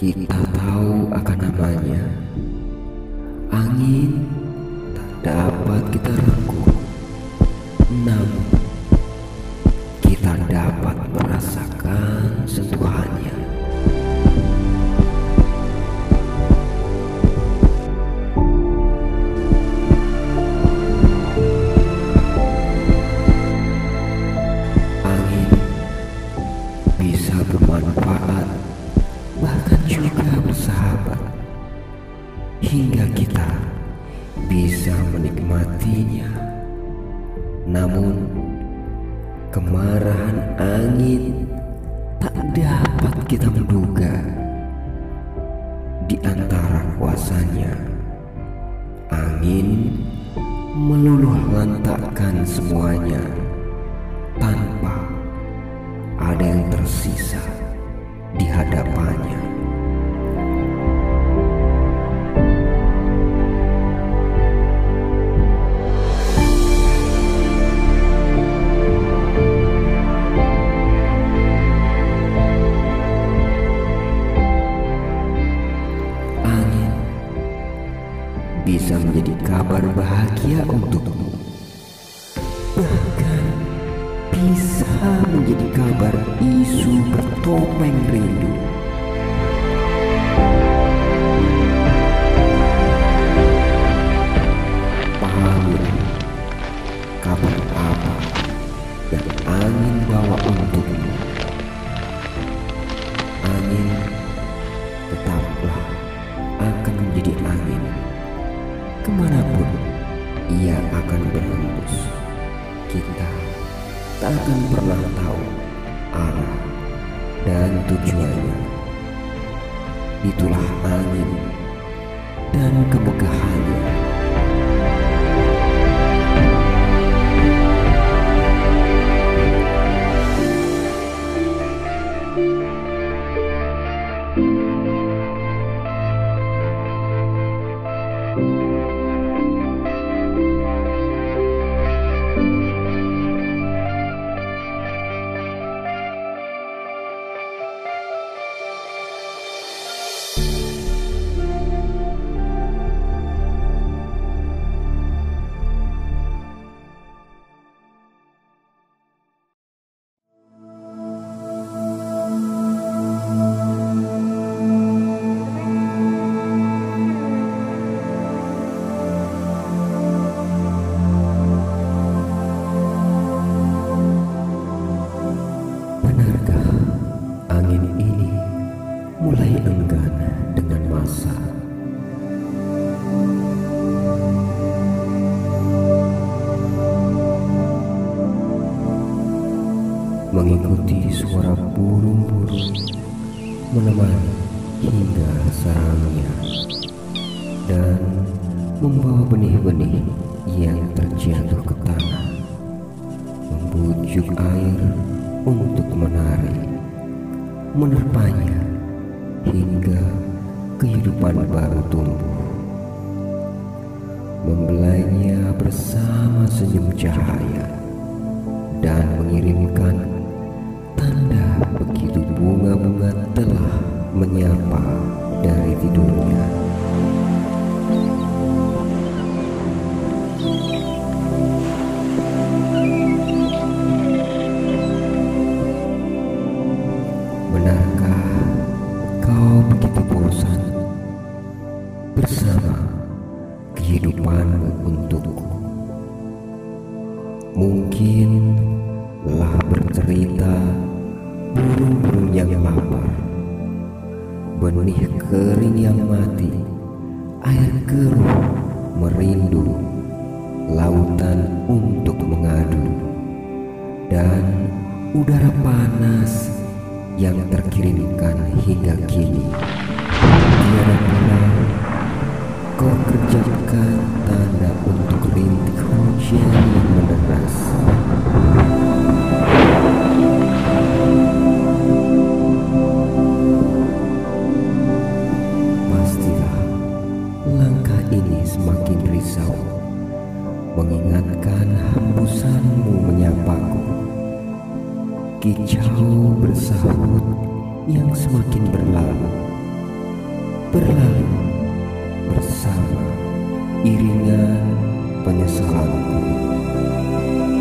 Kita tahu akan namanya. Angin tak dapat kita rengkuh, namun kita dapat merasakan sentuhannya. Angin bisa bermanfaat, bahkan juga bersahabat, hingga kita bisa menikmatinya. Namun kemarahan angin tak dapat kita menduga. Di antara kuasanya, angin meluluh lantakkan semuanya tanpa ada yang tersisa di hadapannya. Angin bisa menjadi kabar bahagia untukmu, bahkan bisa menjadi kabar isu bertopeng rindu. Pahami kabar apa yang angin bawa untukmu. Angin tetaplah akan menjadi angin. Kemanapun ia akan berhembus, kita tak akan pernah tahu arah dan tujuannya. Itulah angin dan kemegahannya. Benarkah angin ini mulai enggan dengan masa? Mengikuti suara burung-burung menemani hingga sarangnya, dan membawa benih-benih yang terjatuh ke tanah, membujuk air untuk menari, menerpanya hingga kehidupan baru tumbuh, membelainya bersama senyum cahaya, dan mengirimkan tanda begitu bunga-bunga telah menyapa dari tidurnya. Benarkah kau begitu bosan bersama kehidupanmu untukku? Mungkin lelah bercerita burung-burung yang lapar, benih kering yang mati, air keruh merindu, lautan untuk mengadu, dan udara panas yang terkirimkan hingga kini. Tiada pula kau kerjakan tanda untuk rintik hujan yang menderas. Pastilah langkah ini semakin risau, mengingatkan hembusanmu menyapaku. Kicau bersahut yang semakin berlalu, berlalu bersama iringan penyesalanku.